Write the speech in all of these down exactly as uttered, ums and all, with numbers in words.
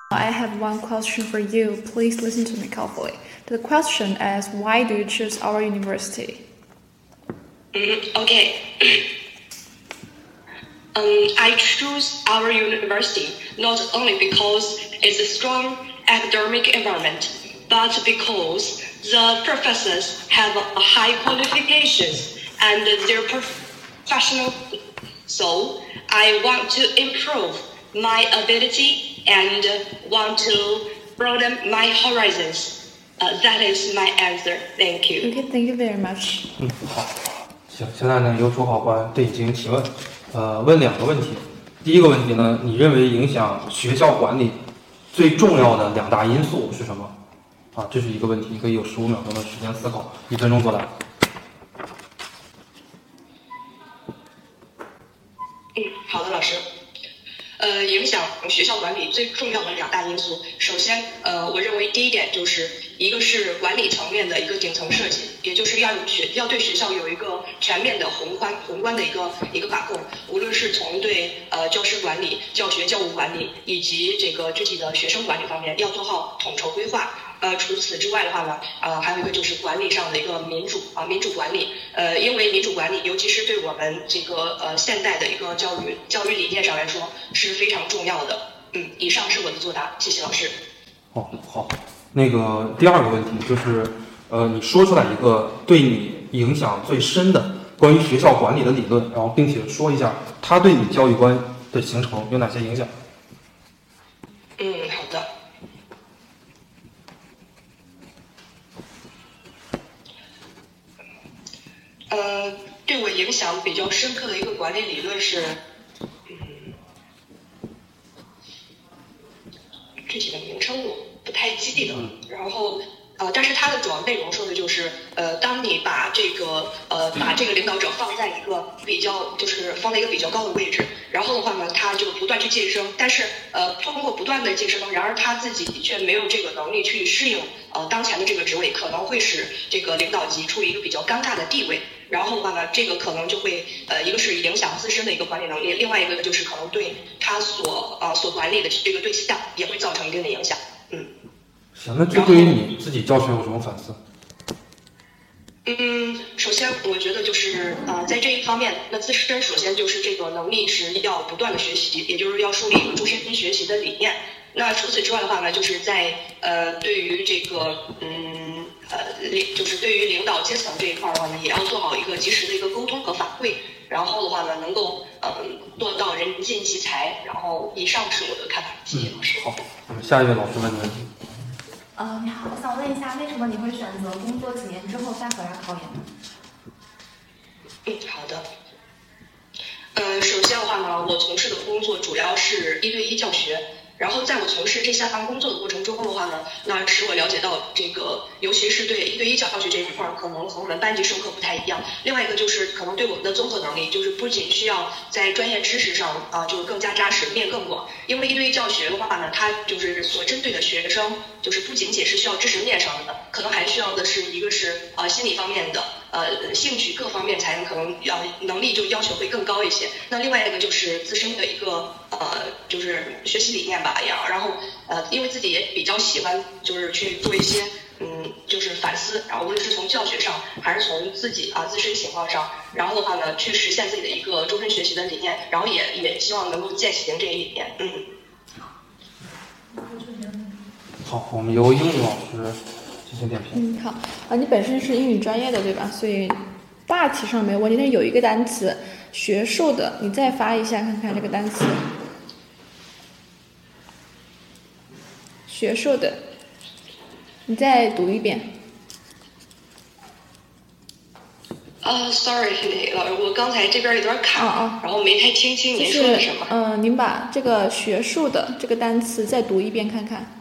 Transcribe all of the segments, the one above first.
I have one question for you. Please listen to me carefully. The question is, why do you choose our university? Mm, okay. um, I choose our university not only because it's a strong academic environment, but because the professors have high qualifications and they're professional. So I want to improve my ability and want to broaden my horizons. Uh, that is my answer. Thank you. Okay, thank you very much. 嗯，好，行，现在呢由主考官对你进行提问，呃，问两个问题。第一个问题呢，你认为影响学校管理最重要的两大因素是什么？啊，这是一个问题，你可以有十五秒钟的时间思考，一分钟作答。 嗯，好的，老师。呃，影响学校管理最重要的两大因素，首先，呃，我认为第一点就是一个是管理层面的一个顶层设计，也就是要有学要对学校有一个全面的宏观宏观的一个一个把控，无论是从对呃教师管理、教学教务管理以及这个具体的学生管理方面，要做好统筹规划。呃，除此之外的话呢，呃，还有一个就是管理上的一个民主啊、呃，民主管理。呃，因为民主管理，尤其是对我们这个呃现代的一个教育教育理念上来说是非常重要的。嗯，以上是我的作答，谢谢老师。 哦，好，那个第二个问题就是，呃，你说出来一个对你影响最深的关于学校管理的理论，然后并且说一下它对你教育观的形成有哪些影响。 嗯，好的。呃，对我影响比较深刻的一个管理理论是，嗯，具体的名称我不太记得，然后呃，但是它的主要内容说的就是，呃，当你把这个呃把这个领导者放在一个比较就是放在一个比较高的位置，然后的话呢，他就不断去晋升，但是呃通过不断的晋升，然而他自己却没有这个能力去适应呃当前的这个职位，可能会使这个领导级处于一个比较尴尬的地位。然后的话呢，这个可能就会呃，一个是影响自身的一个管理能力，另外一个就是可能对他所呃所管理的这个对象也会造成一定的影响。嗯。 行，那这对于你自己教学有什么反思？ 嗯，首先我觉得就是呃，在这一方面，那自身首先就是这个能力是要不断的学习，也就是要树立一个终身学习的理念。那除此之外的话呢，就是在呃对于这个嗯呃领就是对于领导阶层这一块的话呢，也要做好一个及时的一个沟通和反馈，然后的话呢，能够呃做到人尽其才。然后以上是我的看法，谢谢老师。 嗯、好，我们下一位老师问的问题。 呃，你好，我想问一下，为什么你会选择工作几年之后再回来考研呢？ 嗯，好的。呃，首先的话呢，我从事的工作主要是一对一教学。然后在我从事这项工作的过程中的话呢，那使我了解到这个，尤其是对一对一教学这一块，可能和我们班级授课不太一样。另外一个就是可能对我们的综合能力，就是不仅需要在专业知识上啊、呃，就更加扎实，面更广。因为一对一教学的话呢，它就是所针对的学生，就是不仅仅是需要知识面上的，可能还需要的是一个是呃心理方面的。呃，兴趣各方面才能可能要能力就要求会更高一些。那另外一个就是自身的一个呃，就是学习理念吧，也然后呃，因为自己也比较喜欢，就是去做一些嗯，就是反思，然后无论是从教学上，还是从自己啊自身情况上，然后的话呢，去实现自己的一个终身学习的理念，然后也也希望能够践行这一理念。嗯。 好，我们由英语老师。点评。 嗯，好啊，你本身是英语专业的对吧？所以大体上没有问题。但是有一个单词，学术的，你再发一下看看这个单词。学术的，你再读一遍。 啊、uh, ，sorry， 老师，我刚才这边有点卡， 哦哦、 然后没太听清您说的什么。 嗯、呃，您把这个学术的这个单词再读一遍看看。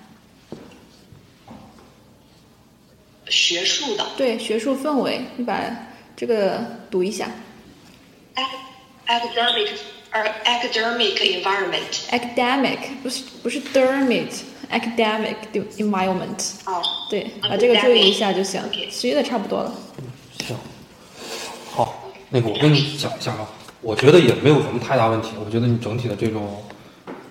学术的， 对，学术氛围，你把这个读一下。 academic or academic environment。 academic 不是不是 dermit，academic environment。 哦， 对，把这个注意一下就行，学的差不多了。 行，好，那个我跟你讲一下啊，我觉得也没有什么太大问题，我觉得你整体的这种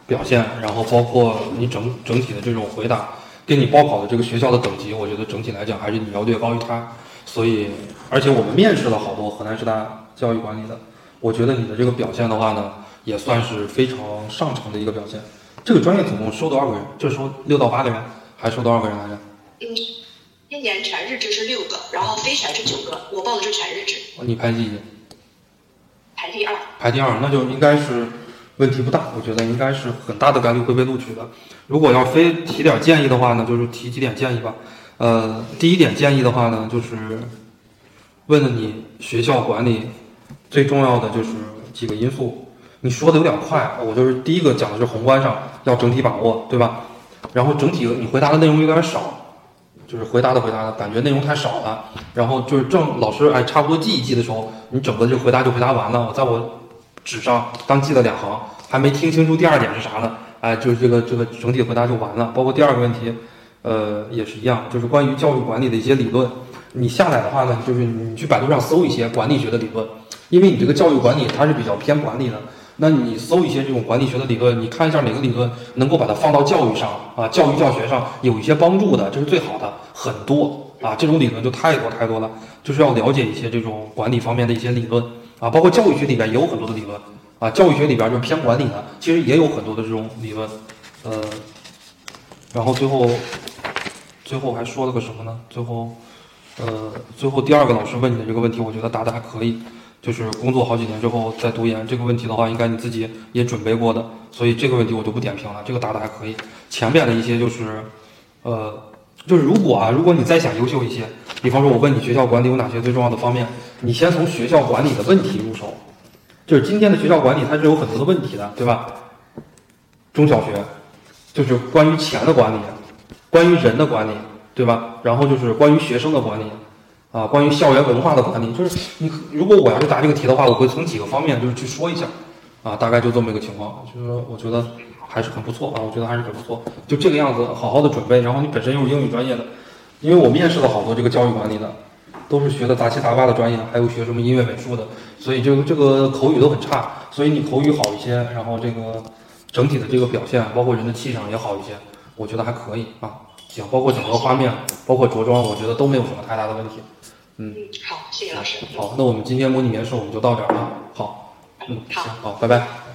表现，然后包括你整整体的这种回答，跟你报考的这个学校的等级，我觉得整体来讲还是你要略高于他。所以，而且我们面试了好多河南师大教育管理的，我觉得你的这个表现的话呢，也算是非常上乘的一个表现。这个专业总共收多少个人？就是收六到八个人，还收多少个人来着？ 嗯，今年全日制是六个，然后非全是九个，我报的是全日制。 你排第几？ 排第二。 排第二，那就应该是问题不大，我觉得应该是很大的概率会被录取的。如果要非提点建议的话呢，就是提几点建议吧。呃，第一点建议的话呢，就是问了你学校管理最重要的就是几个因素。你说的有点快，我就是第一个讲的是宏观上要整体把握，对吧？然后整体你回答的内容有点少，就是回答的回答的感觉内容太少了。然后就是正老师哎差不多记一记的时候，你整个这个回答就回答完了。我在我纸上刚记了两行，还没听清楚第二点是啥呢，哎，就是这个这个整体回答就完了。包括第二个问题，呃，也是一样，就是关于教育管理的一些理论，你下来的话呢，就是你去百度上搜一些管理学的理论，因为你这个教育管理它是比较偏管理的。那你搜一些这种管理学的理论，你看一下哪个理论能够把它放到教育上啊，教育教学上有一些帮助的，这是最好的。很多啊，这种理论就太多太多了，就是要了解一些这种管理方面的一些理论啊，包括教育学里边也有很多的理论啊，教育学里边就是偏管理的，其实也有很多的这种理论，呃，然后最后最后还说了个什么呢？最后呃，最后第二个老师问你的这个问题，我觉得答的还可以。就是工作好几年之后再读研这个问题的话，应该你自己也准备过的，所以这个问题我就不点评了，这个答的还可以。前面的一些就是，呃，就是如果啊，如果你再想优秀一些，比方说我问你学校管理有哪些最重要的方面，你先从学校管理的问题入手。就是今天的学校管理它是有很多的问题的，对吧？中小学就是关于钱的管理，关于人的管理，对吧？然后就是关于学生的管理。啊，关于校园文化的管理，就是你如果我要是答这个题的话，我会从几个方面就是去说一下，啊，大概就这么一个情况，就是说我觉得还是很不错啊，我觉得还是很不错，就这个样子好好的准备，然后你本身又是英语专业的，因为我面试了好多这个教育管理的，都是学的杂七杂八的专业，还有学什么音乐美术的，所以这个这个口语都很差，所以你口语好一些，然后这个整体的这个表现，包括人的气场也好一些，我觉得还可以啊。行，包括整个画面，包括着装，我觉得都没有什么太大的问题。 嗯，好，谢谢老师。 好，那我们今天模拟面试我们就到这儿啊。好，嗯， 好， 行，好，拜拜。